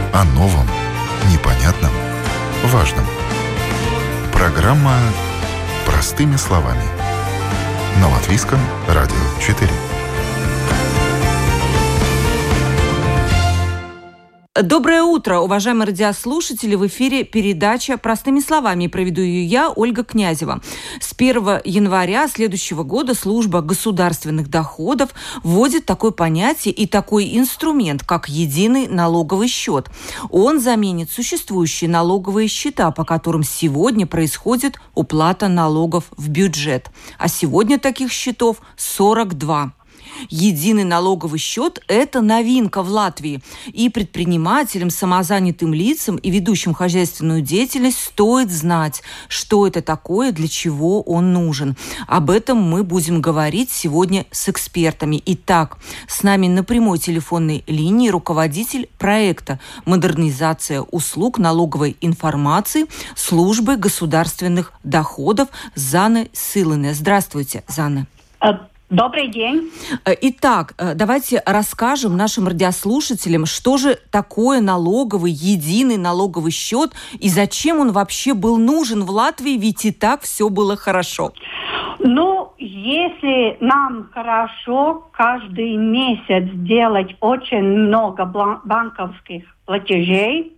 О новом, непонятном, важном. Программа «Простыми словами» на Латвийском радио 4. Доброе утро, уважаемые радиослушатели! В эфире передача «Простыми словами». Проведу ее я, Ольга Князева. С 1 января следующего года Служба государственных доходов вводит такое понятие и такой инструмент, как единый налоговый счет. Он заменит существующие налоговые счета, по которым сегодня происходит уплата налогов в бюджет. А сегодня таких счетов 42. Единый налоговый счет – это новинка в Латвии. И предпринимателям, самозанятым лицам и ведущим хозяйственную деятельность стоит знать, что это такое, для чего он нужен. Об этом мы будем говорить сегодня с экспертами. Итак, с нами на прямой телефонной линии руководитель проекта «Модернизация услуг налоговой информации» Службы государственных доходов Зана Силине. Здравствуйте, Зана. Добрый день. Итак, давайте расскажем нашим радиослушателям, что же такое налоговый, единый налоговый счет и зачем он вообще был нужен в Латвии, ведь и так все было хорошо. Если нам хорошо каждый месяц делать очень много банковских платежей,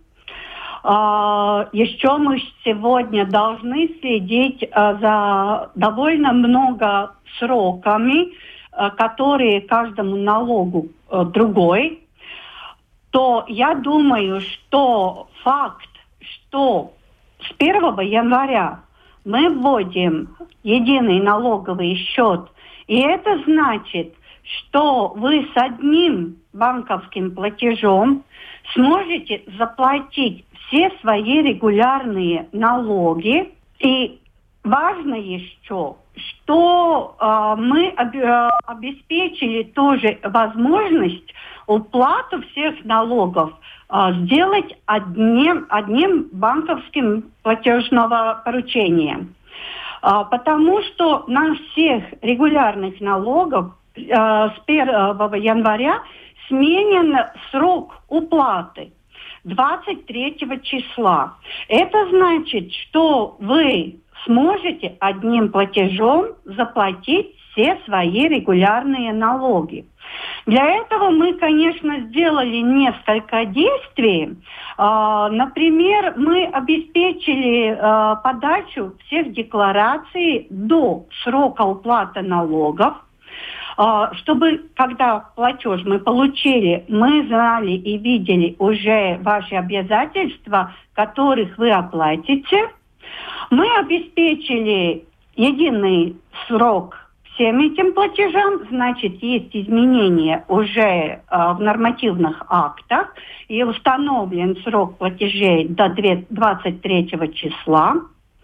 еще мы сегодня должны следить за довольно много сроками, которые каждому налогу другой, то я думаю, что факт, что с 1 января мы вводим единый налоговый счет, и это значит, что вы с одним банковским платежом сможете заплатить все свои регулярные налоги. И важно еще, что мы обеспечили тоже возможность уплату всех налогов сделать одним банковским платежного поручения. Потому что на всех регулярных налогов с 1 января сменен срок уплаты 23 числа. Это значит, что вы сможете одним платежом заплатить все свои регулярные налоги. Для этого мы, конечно, сделали несколько действий. Например, мы обеспечили подачу всех деклараций до срока уплаты налогов, чтобы, когда платеж мы получили, мы знали и видели уже ваши обязательства, которых вы оплатите. Мы обеспечили единый срок всем этим платежам, значит, есть изменения уже в нормативных актах, и установлен срок платежей до 23 числа.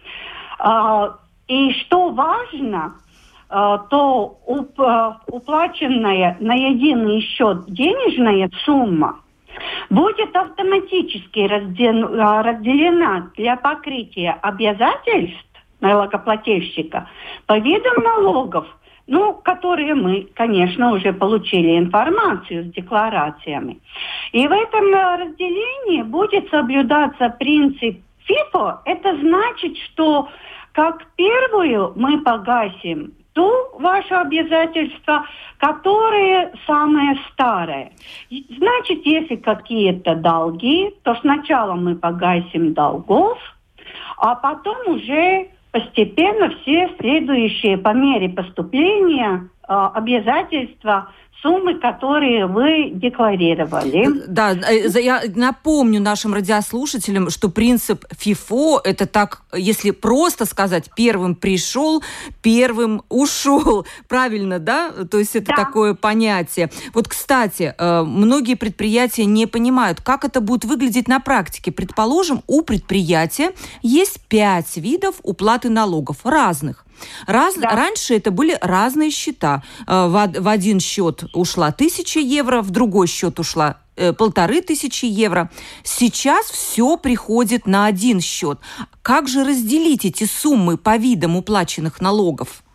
И что важно, то уплаченная на единый счет денежная сумма будет автоматически разделена для покрытия обязательств налогоплательщика по видам налогов, которые мы, конечно, уже получили информацию с декларациями. И в этом разделении будет соблюдаться принцип FIFO. Это значит, что как первую мы погасим ту ваше обязательство, которые самые старые. Значит, если какие-то долги, то сначала мы погасим долгов, а потом уже постепенно все следующие по мере поступления обязательства, суммы, которые вы декларировали. Да, я напомню нашим радиослушателям, что принцип FIFO – это так, если просто сказать, первым пришел, первым ушел. Правильно, да? То есть это такое понятие. Вот, кстати, многие предприятия не понимают, как это будет выглядеть на практике. Предположим, у предприятия есть 5 видов уплаты налогов разных. Раньше это были разные счета. В один счет ушла 1000 евро, в другой счет ушла 1500 евро. Сейчас все приходит на один счет. Как же разделить эти суммы по видам уплаченных налогов?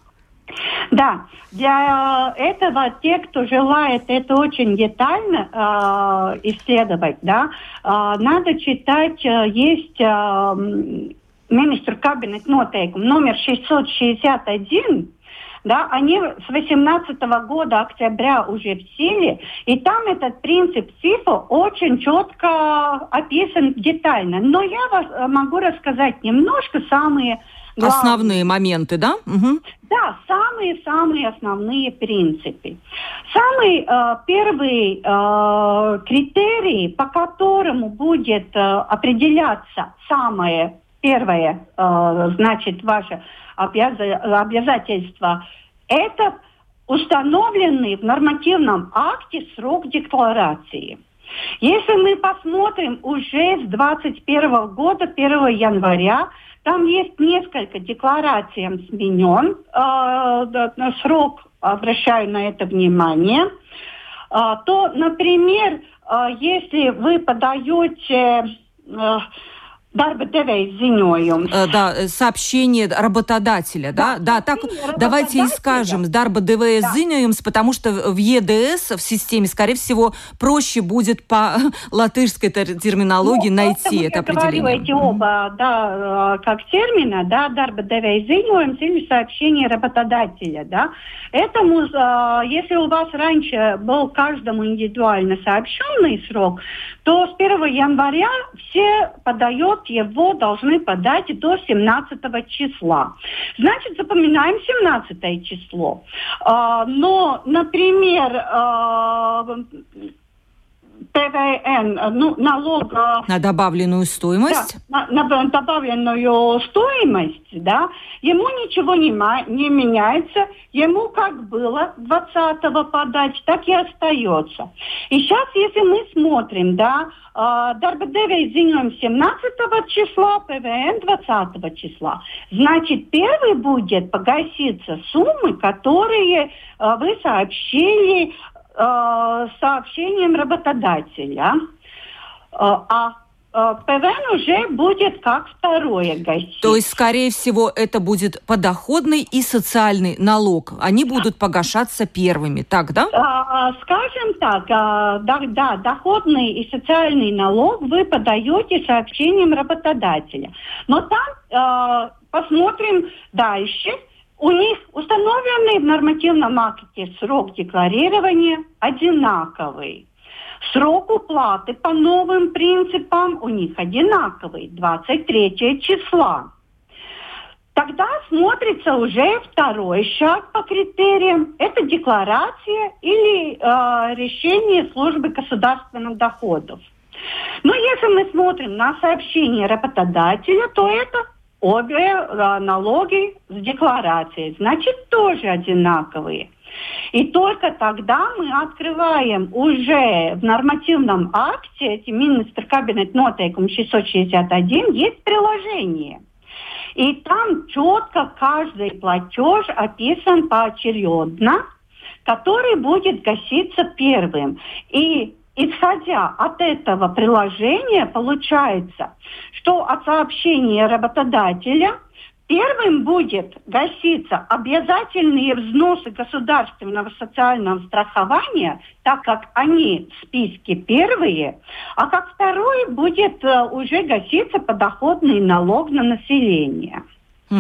Да, для этого те, кто желает это очень детально исследовать, да, надо читать, есть министр кабинет noteikumi номер 661, да, они с 2018 года октября уже в силе, и там этот принцип ФИФО очень четко описан детально. Но я могу рассказать немножко самые главные. Основные моменты, да? Угу. Да, самые основные принципы. Самый первый критерий, по которому будет определяться самое первое, значит, ваше обязательство, это установленный в нормативном акте срок декларации. Если мы посмотрим уже с 2021 года, 1 января, там есть несколько деклараций сменен, срок, обращаю на это внимание, то, например, если вы подаете darba devēja ziņojums. Да, сообщение работодателя, да? Да, так, давайте и скажем, darba devēja ziņojums, потому что в ЕДС, в системе, скорее всего, проще будет по латышской терминологии найти это определение. Я говорю эти оба, да, как термина, да, darba devēja ziņojums или сообщение работодателя, да. Этому, если у вас раньше был каждому индивидуально сообщенный срок, то с 1 января все его должны подать до 17 числа. Значит, запоминаем 17 число. Но, например, ПВН, налог... На добавленную стоимость? Да, на добавленную стоимость, да, ему ничего не меняется, ему как было 20-го подать, так и остается. И сейчас, если мы смотрим, да, darba devēja ziņojums 17 числа, ПВН 20 числа, значит, первый будет погаситься суммы, которые вы сообщили сообщением работодателя, а ПВН уже будет как второе гасить. То есть, скорее всего, это будет подоходный и социальный налог. Они будут погашаться первыми, так, да? Скажем так, да, доходный и социальный налог вы подаете сообщением работодателя. Но там посмотрим дальше. У них установленный в нормативном акте срок декларирования одинаковый. Срок уплаты по новым принципам у них одинаковый, 23 числа. Тогда смотрится уже второй шаг по критериям. Это декларация или решение службы государственных доходов. Но если мы смотрим на сообщение работодателя, то это обе налоги с декларацией, значит, тоже одинаковые. И только тогда мы открываем уже в нормативном акте, эти министр кабинет noteikumi 661, есть приложение. И там четко каждый платеж описан поочередно, который будет гаситься первым. И исходя от этого приложения, получается, что от сообщения работодателя первым будет гаситься обязательные взносы государственного социального страхования, так как они в списке первые, а как второй будет уже гаситься подоходный налог на население. Угу.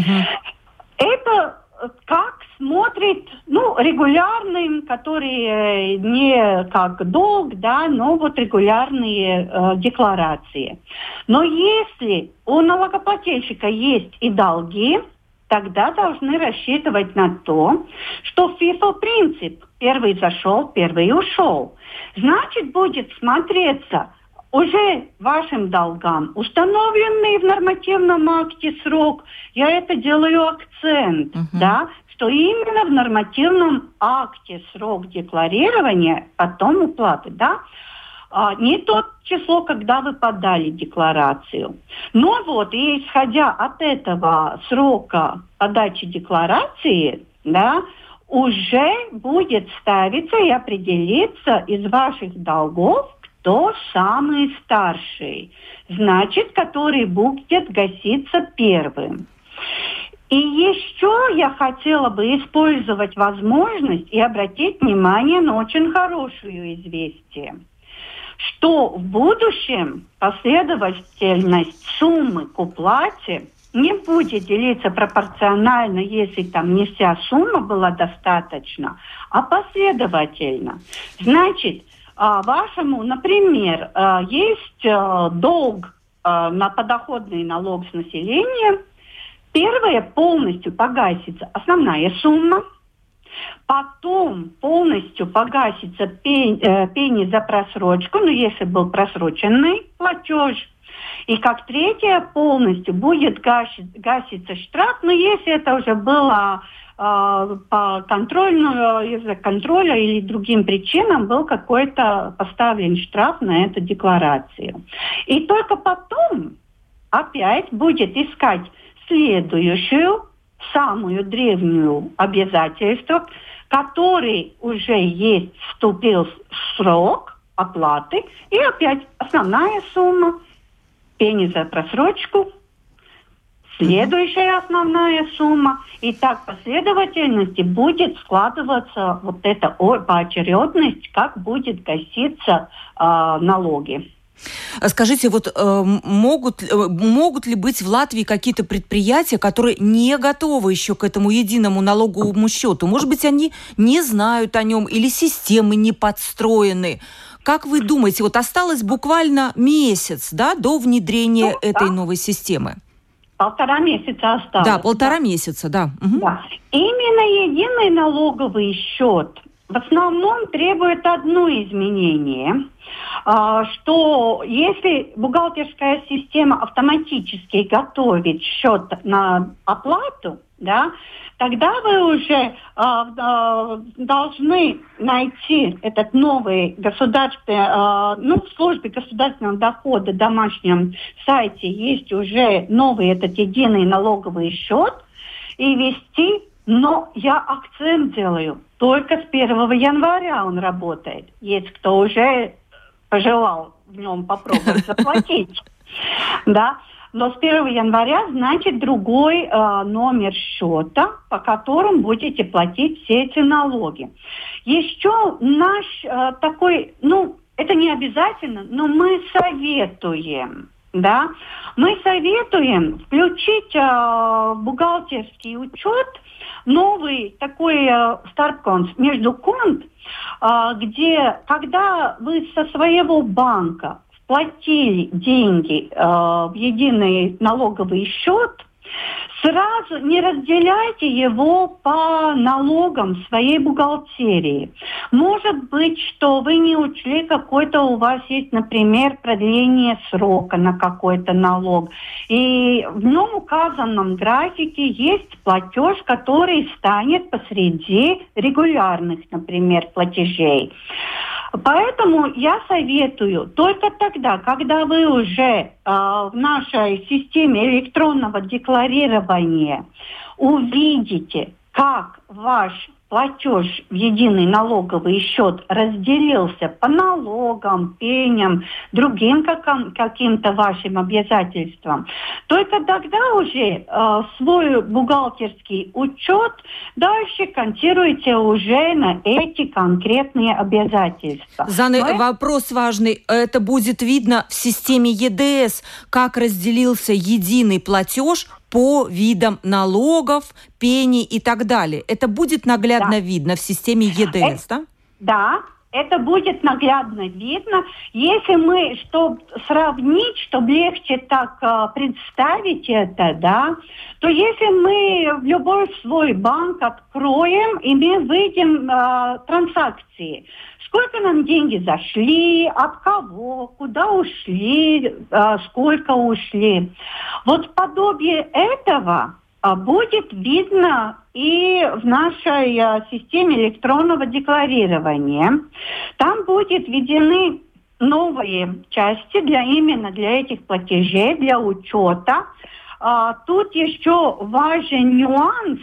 Это как смотрит, регулярным, которые не как долг, да, но вот регулярные декларации. Но если у налогоплательщика есть и долги, тогда должны рассчитывать на то, что ФИФО-принцип «первый зашел, первый ушел». Значит, будет смотреться уже вашим долгам установленный в нормативном акте срок. Я это делаю акцент, да, что именно в нормативном акте срок декларирования, потом уплаты, да, не то число, когда вы подали декларацию. Но вот, и исходя от этого срока подачи декларации, да, уже будет ставиться и определиться из ваших долгов, кто самый старший, значит, который будет гаситься первым. И еще я хотела бы использовать возможность и обратить внимание на очень хорошее известие, что в будущем последовательность суммы к уплате не будет делиться пропорционально, если там не вся сумма была достаточна, а последовательно. Значит, вашему, например, есть долг на подоходный налог с населения. Первое, полностью погасится основная сумма. Потом полностью погасится пени за просрочку, если был просроченный платеж. И как третье, полностью будет гаситься штраф, если это уже было по контролю, из-за контроля или другим причинам был какой-то поставлен штраф на эту декларацию. И только потом опять будет искать следующую, самую древнюю обязательство, который уже есть, вступил срок оплаты, и опять основная сумма, пени за просрочку, следующая основная сумма, и так в последовательности будет складываться вот эта поочередность, как будет гаситься налоги. Скажите, могут ли быть в Латвии какие-то предприятия, которые не готовы еще к этому единому налоговому счету? Может быть, они не знают о нем или системы не подстроены? Как вы думаете, осталось буквально месяц, до внедрения этой новой системы? 1,5 месяца осталось. Да, 1,5 месяца, да. Угу. Да. Именно единый налоговый счет в основном требует одно изменение, что если бухгалтерская система автоматически готовит счет на оплату, тогда вы уже должны найти этот новый государственный, в службе государственного дохода в домашнем сайте есть уже новый этот единый налоговый счет и вести, но я акцент делаю, только с 1 января он работает. Есть кто уже пожелал в нем попробовать заплатить, да. Но с 1 января, значит, другой номер счета, по которому будете платить все эти налоги. Еще наш такой, это не обязательно, но мы советуем, мы советуем включить бухгалтерский учет, новый такой старт-конт, междуконт, где, когда вы со своего банка платили деньги в единый налоговый счет, сразу не разделяйте его по налогам своей бухгалтерии. Может быть, что вы не учли какой-то, у вас есть, например, продление срока на какой-то налог. И в нем указанном графике есть платеж, который станет посреди регулярных, например, платежей. Поэтому я советую только тогда, когда вы уже в нашей системе электронного декларирования увидите, как ваш платеж в единый налоговый счет разделился по налогам, пеням, другим каким-то вашим обязательствам, только тогда уже свой бухгалтерский учет дальше контируйте уже на эти конкретные обязательства. Зана, вопрос важный. Это будет видно в системе ЕДС, как разделился единый платеж по видам налогов, пений и так далее. Это будет наглядно видно в системе ЕДС, да? Да, это будет наглядно видно. Если мы, чтобы сравнить, чтобы легче так представить это, то если мы в любой свой банк откроем, и мы выйдем транзакции, сколько нам деньги зашли, от кого, куда ушли, сколько ушли. Вот подобие этого будет видно и в нашей системе электронного декларирования. Там будут введены новые части именно для этих платежей, для учета. Тут еще важен нюанс,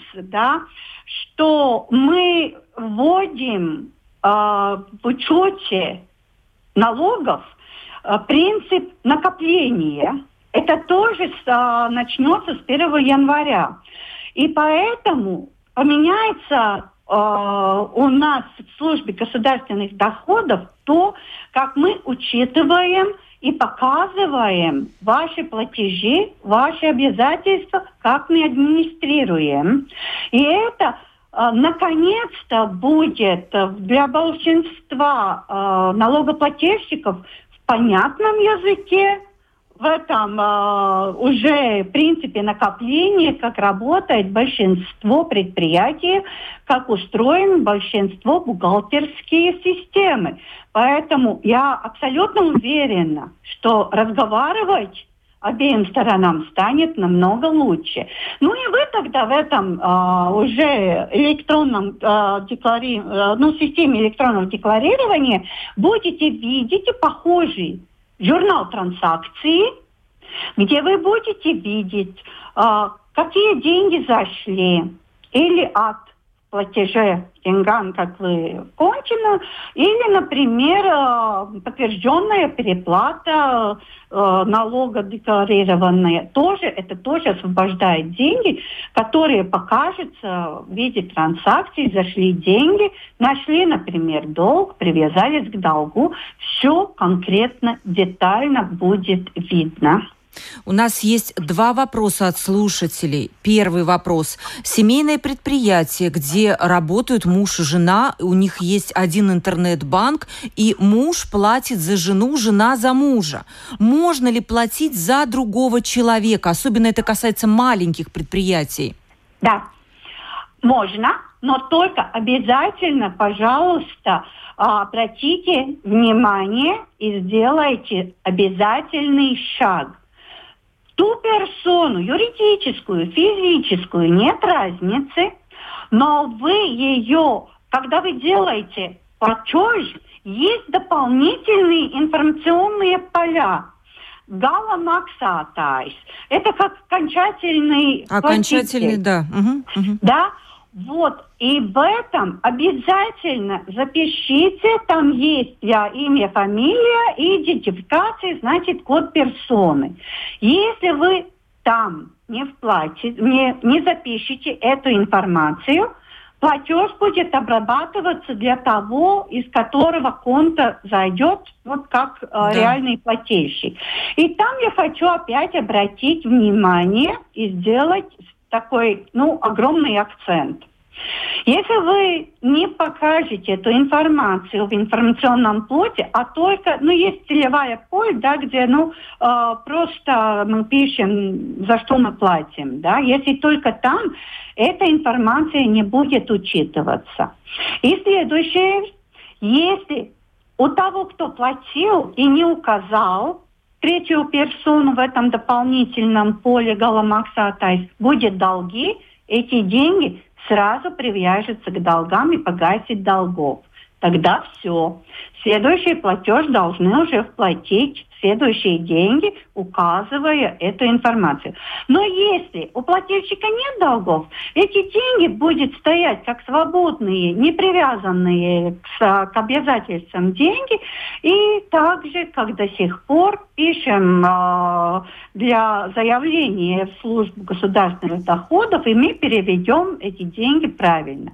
что мы вводим в учете налогов принцип накопления. Это тоже начнется с 1 января. И поэтому поменяется у нас в службе государственных доходов то, как мы учитываем и показываем ваши платежи, ваши обязательства, как мы администрируем. И это наконец-то будет для большинства налогоплательщиков в понятном языке, в этом уже принципе накопления, как работает большинство предприятий, как устроено большинство бухгалтерские системы. Поэтому я абсолютно уверена, что разговаривать обеим сторонам станет намного лучше. Ну и вы тогда в этом уже электронном системе электронного декларирования будете видеть похожий журнал транзакций, где вы будете видеть, какие деньги зашли или от платежа деньгам, как вы кончено, или, например, подтвержденная переплата налога декларированная. Это тоже освобождает деньги, которые покажутся в виде транзакций, зашли деньги, нашли, например, долг, привязались к долгу. Все конкретно, детально будет видно. У нас есть 2 вопроса от слушателей. Первый вопрос. Семейное предприятие, где работают муж и жена, у них есть один интернет-банк, и муж платит за жену, жена за мужа. Можно ли платить за другого человека? Особенно это касается маленьких предприятий. Да, можно, но только обязательно, пожалуйста, обратите внимание и сделайте обязательный шаг. Ту персону, юридическую, физическую, нет разницы, но вы ее, когда вы делаете платеж, есть дополнительные информационные поля. Галамаксатайс. Это как окончательный платитель. Да. Да? Вот. И в этом обязательно запишите, там есть имя, фамилия, идентификация, значит, код персоны. Если вы там не запишите эту информацию, платеж будет обрабатываться для того, из которого конто зайдет, вот как реальный плательщик. И там я хочу опять обратить внимание и сделать такой, огромный акцент. Если вы не покажете эту информацию в информационном плоте, а только, есть целевая поле, да, где, просто мы пишем, за что мы платим, да, если только там, эта информация не будет учитываться. И следующее, если у того, кто платил и не указал третью персону в этом дополнительном поле Галамаксатайс, будет долги, эти деньги сразу привяжется к долгам и погасит долгов. Тогда все. Следующий платеж должны уже вплатить следующие деньги, указывая эту информацию. Но если у плательщика нет долгов, эти деньги будут стоять как свободные, не привязанные к обязательствам деньги. И также, как до сих пор, пишем для заявления в службу государственных доходов, и мы переведем эти деньги правильно.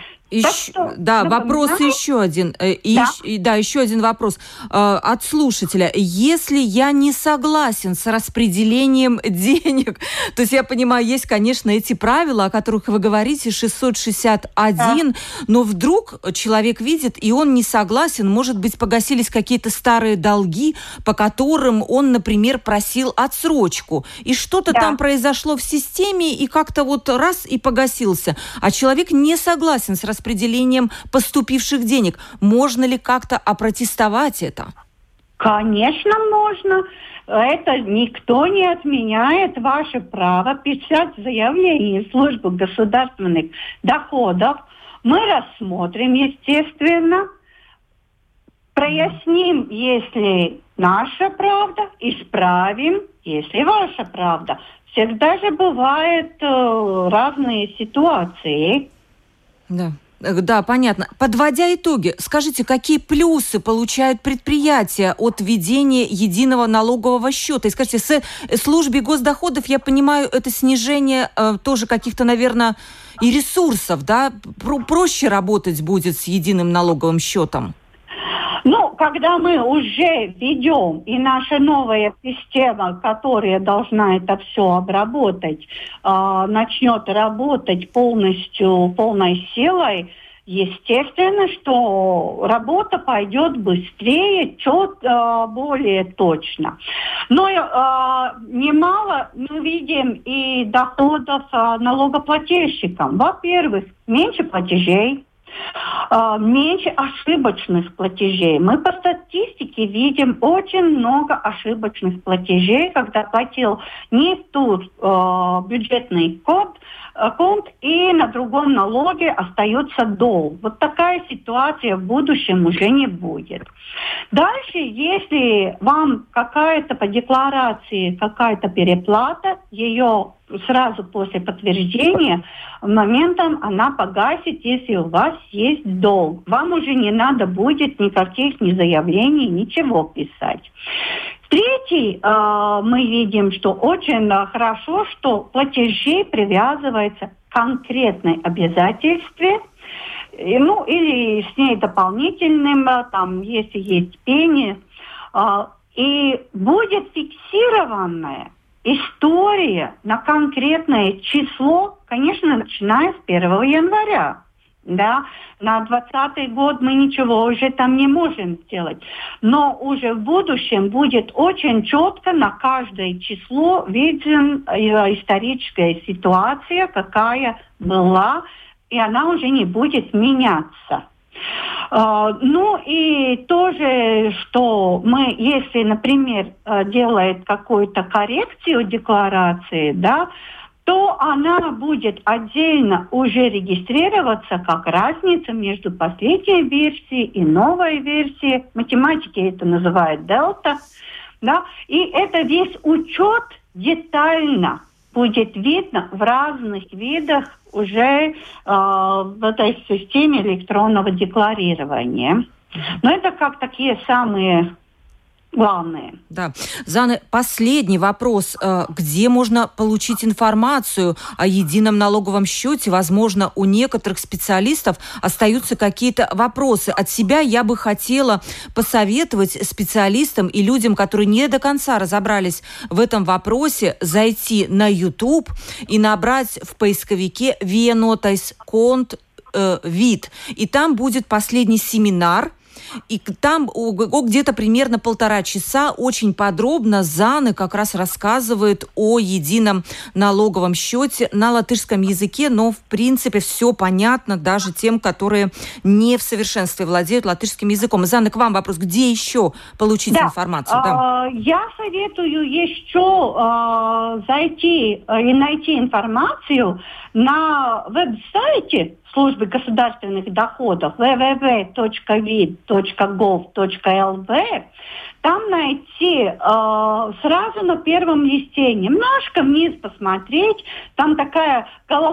Вопрос еще один. Еще один вопрос от слушателя. Если я не согласен с распределением денег, то есть я понимаю, есть, конечно, эти правила, о которых вы говорите, 661, но вдруг человек видит, и он не согласен, может быть, погасились какие-то старые долги, по которым он, например, просил отсрочку, и что-то там произошло в системе, и как-то раз и погасился, а человек не согласен с распределением поступивших денег. Можно ли как-то опротестовать это? Конечно, можно. Это никто не отменяет ваше право писать заявление в службу государственных доходов. Мы рассмотрим, естественно, проясним, если наша правда, исправим, если ваша правда. Всегда же бывают разные ситуации. Да. Да, понятно. Подводя итоги, скажите, какие плюсы получают предприятия от введения единого налогового счета? И скажите, с службе госдоходов, я понимаю, это снижение тоже каких-то, наверное, и ресурсов, да? Проще работать будет с единым налоговым счетом? Ну, когда мы уже ведем, и наша новая система, которая должна это все обработать, начнет работать полной силой, естественно, что работа пойдет быстрее, более точно. Но немало мы видим и доходов налогоплательщикам. Во-первых, меньше платежей, меньше ошибочных платежей. Мы по статистике видим очень много ошибочных платежей, когда платил не в тот бюджетный конт, и на другом налоге остается долг. Вот такая ситуация в будущем уже не будет. Дальше, если вам какая-то по декларации какая-то переплата, ее сразу после подтверждения моментом она погасит, если у вас есть долг. Вам уже не надо будет никаких ни заявлений, ничего писать. Третий, мы видим, что очень хорошо, что платежи привязываются к конкретной обязательстве, или с ней дополнительным, там, если есть пени, и будет фиксированная история на конкретное число, конечно, начиная с 1 января. Да, на 2020 год мы ничего уже там не можем сделать. Но уже в будущем будет очень четко на каждое число виден историческая ситуация, какая была, и она уже не будет меняться. И тоже, что мы, если, например, делает какую-то коррекцию декларации, да, то она будет отдельно уже регистрироваться как разница между последней версией и новой версией. Математики это называют дельта. Да? И это весь учет детально будет видно в разных видах уже в этой системе электронного декларирования. Но это как такие самые главные. Да. Зана, последний вопрос. Где можно получить информацию о едином налоговом счете? Возможно, у некоторых специалистов остаются какие-то вопросы. От себя я бы хотела посоветовать специалистам и людям, которые не до конца разобрались в этом вопросе, зайти на YouTube и набрать в поисковике «Vienotais konts vid». И там будет последний семинар. И там где-то примерно 1,5 часа очень подробно Зана как раз рассказывает о едином налоговом счете на латышском языке, но в принципе все понятно даже тем, которые не в совершенстве владеют латышским языком. Зана, к вам вопрос, где еще получить информацию? Да. Я советую еще зайти и найти информацию на веб-сайте службы государственных доходов www.vid.gov.lv. Там найти сразу на первом листе, немножко вниз посмотреть, там такая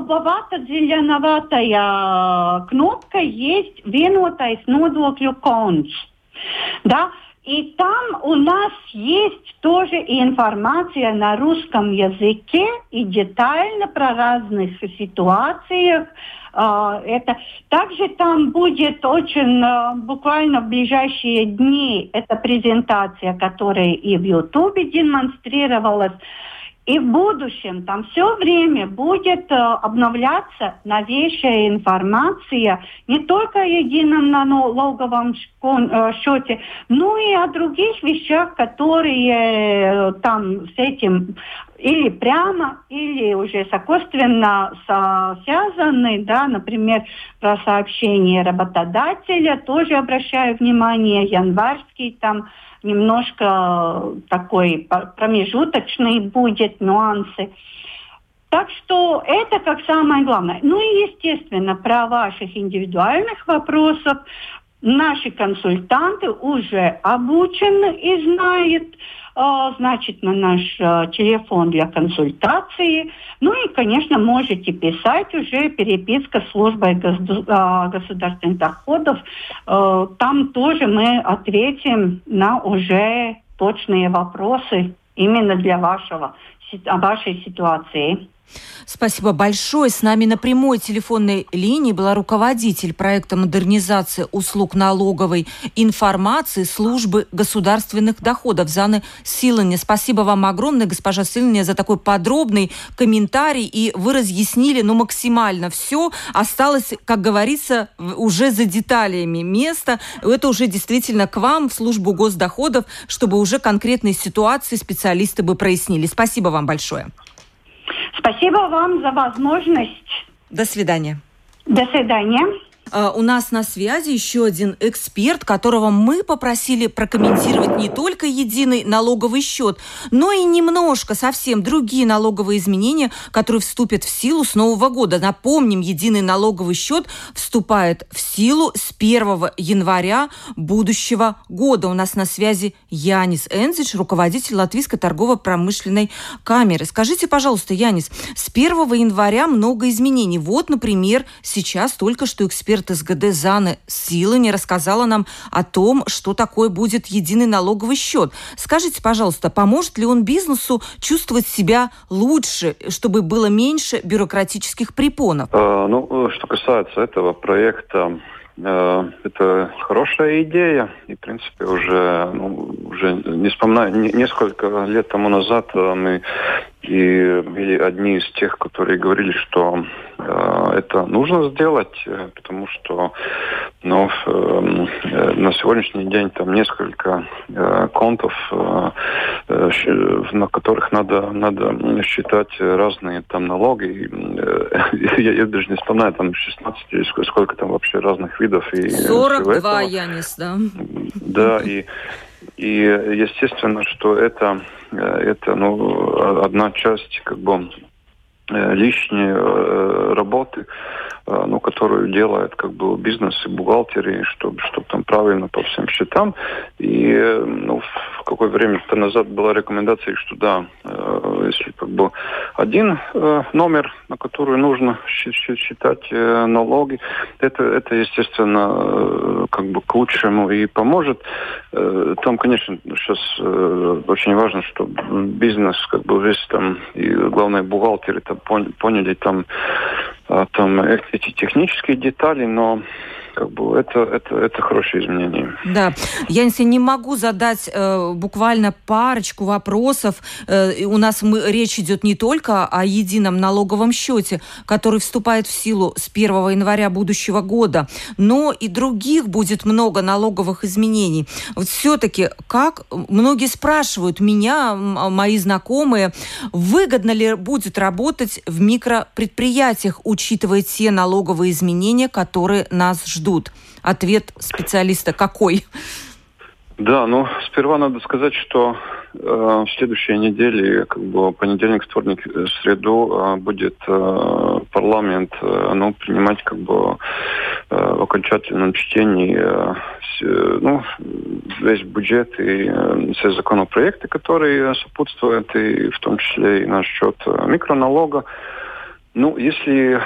голубовато-зеленоватая кнопка есть «Vienotais nodokļu konts». Да? И там у нас есть тоже и информация на русском языке и детально про разных ситуациях. Также там будет очень буквально в ближайшие дни эта презентация, которая и в Ютубе демонстрировалась. И в будущем там все время будет обновляться новейшая информация не только о едином налоговом счете, но и о других вещах, которые там с этим или прямо, или уже сокосвенно связаны, да, например, про сообщение работодателя, тоже обращаю внимание, январский там немножко такой промежуточный будет нюансы. Так что это как самое главное. Ну и, естественно, про ваших индивидуальных вопросов наши консультанты уже обучены и знают. значит, на наш телефон для консультации. Ну и, конечно, можете писать уже переписка с службой государственных доходов. Там тоже мы ответим на уже точные вопросы именно для вашей ситуации. Спасибо большое. С нами на прямой телефонной линии была руководитель проекта модернизации услуг налоговой информации службы государственных доходов Зана Силане. Спасибо вам огромное, госпожа Силане, за такой подробный комментарий. И вы разъяснили максимально все. Осталось, как говорится, уже за деталями места. Это уже действительно к вам в службу госдоходов, чтобы уже конкретные ситуации специалисты бы прояснили. Спасибо вам большое. Спасибо вам за возможность. До свидания. До свидания. У нас на связи еще один эксперт, которого мы попросили прокомментировать не только единый налоговый счет, но и немножко совсем другие налоговые изменения, которые вступят в силу с Нового года. Напомним, единый налоговый счет вступает в силу с 1 января будущего года. У нас на связи Янис Энзич, руководитель Латвийской торгово-промышленной камеры. Скажите, пожалуйста, Янис, с 1 января много изменений. Вот, например, сейчас только что эксперт СГД Зана Силане рассказала нам о том, что такое будет единый налоговый счет. Скажите, пожалуйста, поможет ли он бизнесу чувствовать себя лучше, чтобы было меньше бюрократических препонов? Что касается этого проекта, это хорошая идея. И, в принципе, уже не вспоминаю, несколько лет тому назад мы и одни из тех, которые говорили, что это нужно сделать, потому что на сегодняшний день там несколько контов, на которых надо считать разные там налоги. Я даже не вспоминаю, там 16 или сколько там вообще разных видов. 42, Янис, да? Да, и естественно, что это одна часть лишней работы, которую делает бизнес и бухгалтерии, чтобы там правильно по всем счетам. И в какое время-то назад была рекомендация, что да, если один номер, на который нужно считать налоги, это естественно к лучшему и поможет. Там, конечно, сейчас очень важно, чтобы бизнес весь там и главное бухгалтеры там поняли там эти технические детали, но это хорошее изменение. Да, я не могу задать буквально парочку вопросов. У нас речь идет не только о едином налоговом счете, который вступает в силу с 1 января будущего года, но и других будет много налоговых изменений. Вот все-таки, как многие спрашивают меня, мои знакомые, выгодно ли будет работать в микропредприятиях, учитывая те налоговые изменения, которые нас ждут? Ответ специалиста какой? Да, сперва надо сказать, что в следующей неделе, понедельник, вторник, среду будет парламент принимать в окончательном чтении весь бюджет и все законопроекты, которые сопутствуют, и в том числе и насчет микроналога. Если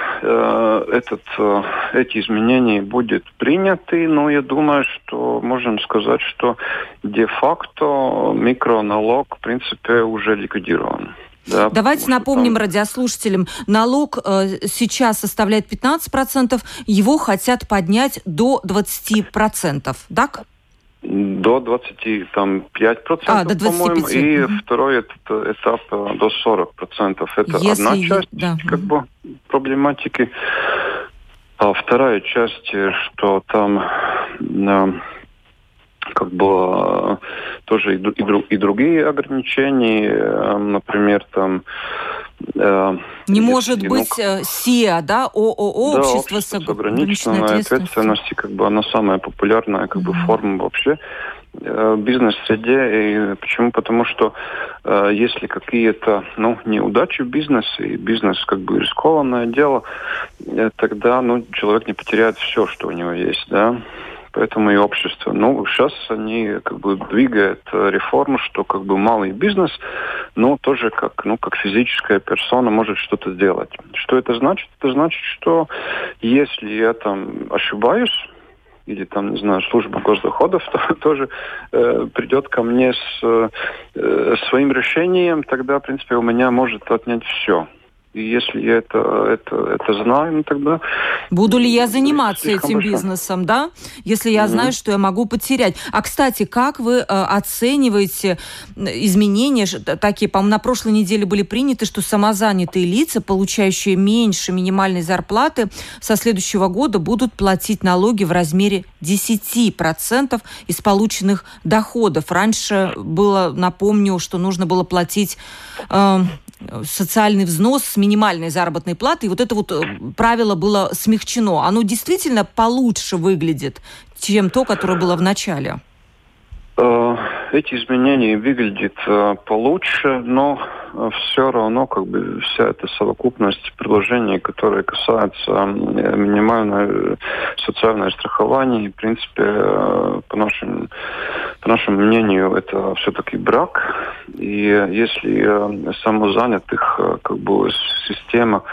эти изменения будут приняты, я думаю, что можем сказать, что де-факто микроналог, в принципе, уже ликвидирован. Да, давайте напомним радиослушателям, налог сейчас составляет 15%, его хотят поднять до 20%, так? До 25%, до 25%, по-моему, и второй этап до 40%. Это одна часть проблематики. А вторая часть, что там тоже и другие ограничения, например, там не может быть СИА, да, ООО, общество с ограниченной ответственностью, она самая популярная форма вообще в бизнес-среде. И почему? Потому что если какие-то неудачи в бизнесе, и бизнес рискованное дело, тогда человек не потеряет все, что у него есть, да. поэтому и общество. Ну, сейчас они как бы двигают реформу, что как бы малый бизнес, но тоже как физическая персона может что-то сделать. Что это значит? Это значит, что если я там ошибаюсь, или там, не знаю, служба госдоходов тоже придет ко мне с своим решением, тогда, в принципе, у меня может отнять все. И если я это знаю, ну тогда... Буду ли я заниматься этим хорошо. Бизнесом, да? Если я знаю, что я могу потерять. А, кстати, как вы оцениваете изменения такие? По-моему, на прошлой неделе были приняты, что самозанятые лица, получающие меньше минимальной зарплаты, со следующего года будут платить налоги в размере 10% из полученных доходов. Раньше было, напомню, что нужно было платить... социальный взнос с минимальной заработной платой. И вот это вот правило было смягчено. Оно действительно получше выглядит, чем то, которое было в начале? Эти изменения выглядят получше, но все равно как бы вся эта совокупность предложений, которые касаются минимального социального страхования, в принципе, по нашему мнению, это все-таки брак. И если самозанятых как бы система,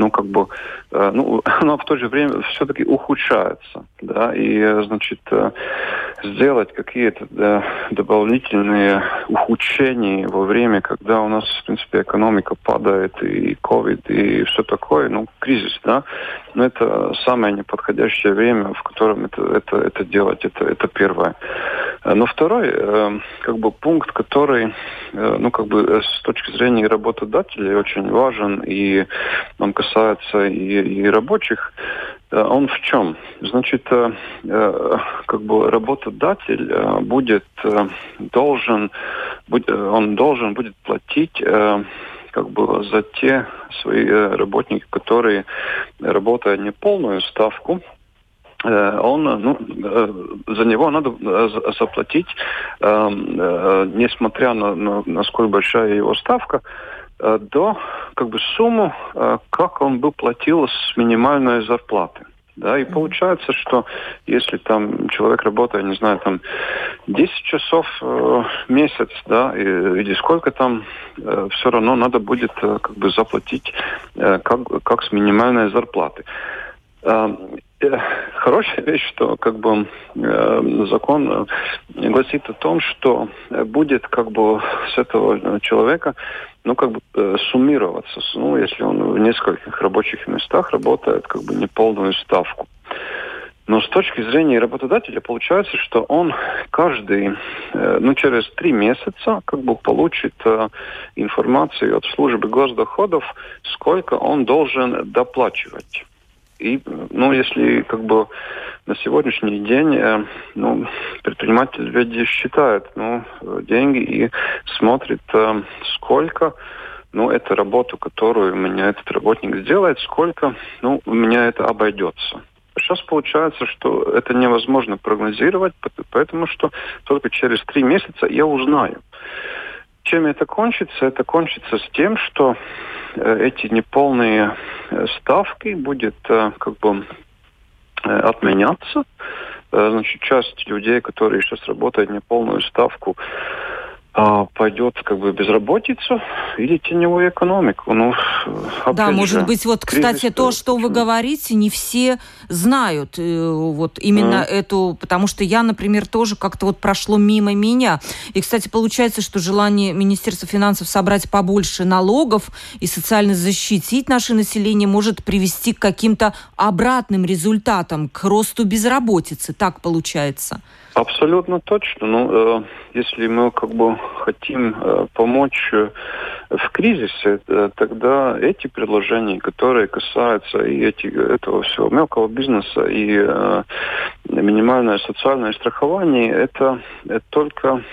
она в то же время все-таки ухудшается, да, и значит сделать какие-то дополнительные ухудшения во время, когда у нас, в принципе, экономика падает, и ковид, и все такое, кризис, да, но это самое неподходящее время, в котором это делать, это первое. Но второй, пункт, который, с точки зрения работодателей очень важен, и он касается и рабочих, он в чем? Значит, работодатель должен будет платить за те свои работники, которые работают не полную ставку, за него надо заплатить, несмотря на насколько большая его ставка, до сумму, как он бы платил с минимальной зарплаты. Да, и получается, что если там человек работает, не знаю, 10 часов в месяц, да, или сколько там, все равно надо будет заплатить как с минимальной зарплаты. Хорошая вещь, что закон гласит о том, что будет с этого человека суммироваться, если он в нескольких рабочих местах работает неполную ставку. Но с точки зрения работодателя получается, что он каждый, через 3 месяца получит информацию от службы госдоходов, сколько он должен доплачивать. И, если на сегодняшний день предприниматель ведь считает деньги и смотрит, сколько это работу, которую у меня этот работник сделает, сколько у меня это обойдется. Сейчас получается, что это невозможно прогнозировать, потому что только через 3 месяца я узнаю. Чем это кончится? Это кончится с тем, что эти неполные ставки будут отменяться. Значит, часть людей, которые сейчас работают неполную ставку, пойдет в безработицу или теневую экономику. Да, может быть, кстати, то, что вы говорите, не все знают именно эту, потому что я, например, тоже как-то прошло мимо меня. И, кстати, получается, что желание Министерства финансов собрать побольше налогов и социально защитить наше население может привести к каким-то обратным результатам, к росту безработицы. Так получается. Абсолютно точно. Если мы хотим помочь в кризисе, тогда эти предложения, которые касаются и этого всего мелкого бизнеса, и минимальное социальное страхование, это только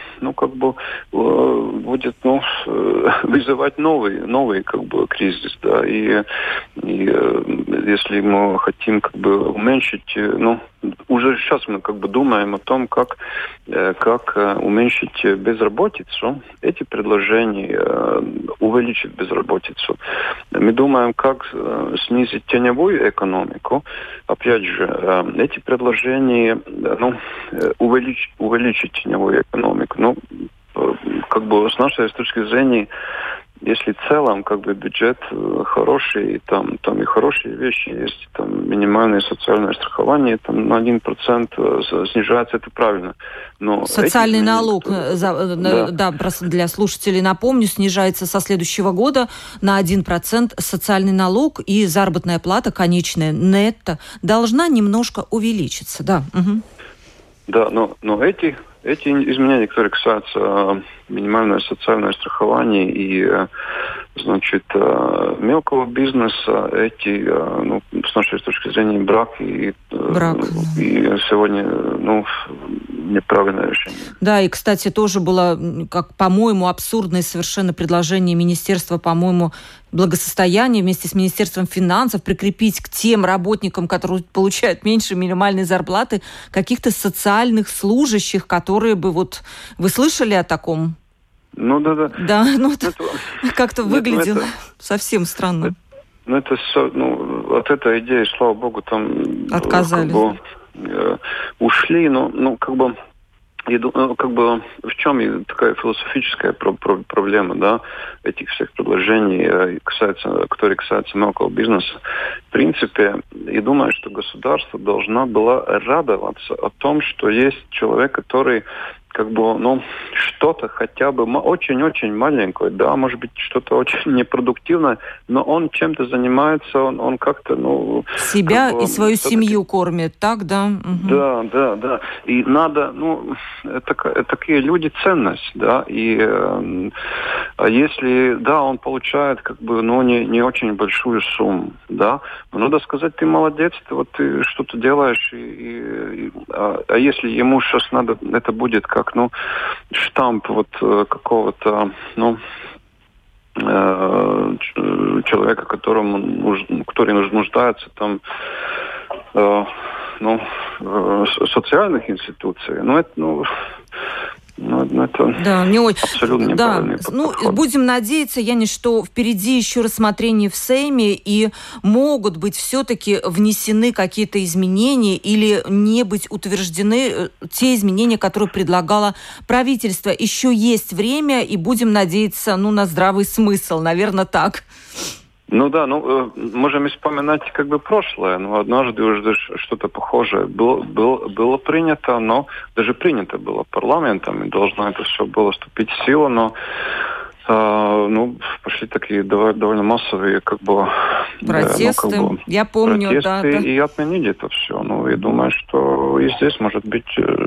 будет вызывать новый кризис. Да? И если мы хотим уменьшить, уже сейчас мы думаем о том, как уменьшить безработицу. Эти предложения увеличит безработицу. Мы думаем, как снизить теневую экономику. Опять же, эти предложения, увеличить теневую экономику. Как бы с нашей точки зрения, если в целом как бы бюджет хороший, там и хорошие вещи есть, там минимальное социальное страхование там на 1% снижается, это правильно. Но социальный налог, просто для слушателей напомню, снижается со следующего года на 1% социальный налог, и заработная плата конечная нетто должна немножко увеличиться, да. Угу. Да, но эти изменения, которые касаются минимального социального страхования и, мелкого бизнеса, с нашей точки зрения, брак и сегодня, неправильное решение. Да, и, кстати, тоже было, как, по-моему, абсурдное совершенно предложение Министерства, по-моему, благосостояния вместе с Министерством финансов прикрепить к тем работникам, которые получают меньше минимальной зарплаты, каких-то социальных служащих, которые бы Вы слышали о таком? Да. Да, это как-то выглядело совсем странно. От этой идеи, слава богу, там отказались. Ушли, в чем такая философическая проблема, да, этих всех предложений, которые касаются мелкого бизнеса. В принципе, я думаю, что государство должно было радоваться о том, что есть человек, который что-то хотя бы очень-очень маленькое, да, может быть, что-то очень непродуктивное, но он чем-то занимается, он как-то, себя и свою семью кормит, так, да? Угу. Да. И надо, такие люди ценность, да, и если, да, он получает, не очень большую сумму, да, но надо сказать, ты молодец, ты что-то делаешь, а если ему сейчас надо, это будет как, штамп какого-то, человека, который нуждается там, в социальных институциях. Это не очень. Абсолютно неправильный подход. Будем надеяться, Янис, что впереди еще рассмотрение в Сейме, и могут быть все-таки внесены какие-то изменения или не быть утверждены те изменения, которые предлагало правительство. Еще есть время, и будем надеяться на здравый смысл, наверное, так. Можем вспоминать прошлое, но однажды уже что-то похожее было принято, но даже принято было парламентом, и должно это все было вступить в силу, но пошли такие довольно массовые протесты, я помню, протесты, да. И отменили это все. Я думаю, что и здесь может быть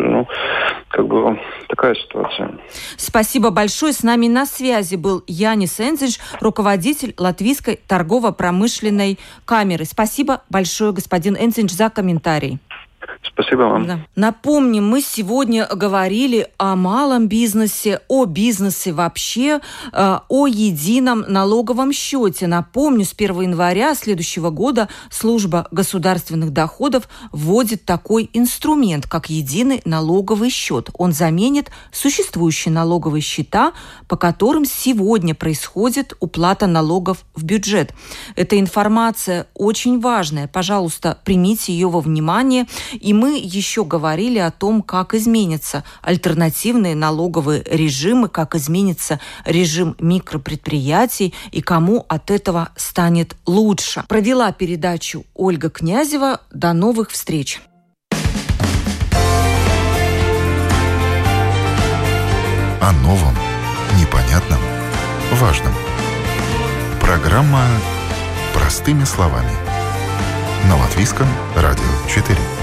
такая ситуация. Спасибо большое. С нами на связи был Янис Энзидж, руководитель Латвийской торгово-промышленной камеры. Спасибо большое, господин Энзидж, за комментарий. Спасибо вам. Да. Напомним, мы сегодня говорили о малом бизнесе, о бизнесе вообще, о едином налоговом счете. Напомню, с 1 января следующего года служба государственных доходов вводит такой инструмент, как единый налоговый счет. Он заменит существующие налоговые счета, по которым сегодня происходит уплата налогов в бюджет. Эта информация очень важная. Пожалуйста, примите ее во внимание. И мы еще говорили о том, как изменятся альтернативные налоговые режимы, как изменится режим микропредприятий и кому от этого станет лучше. Провела передачу Ольга Князева. До новых встреч. О новом, непонятном, важном. Программа «Простыми словами» на Латвийском радио 4.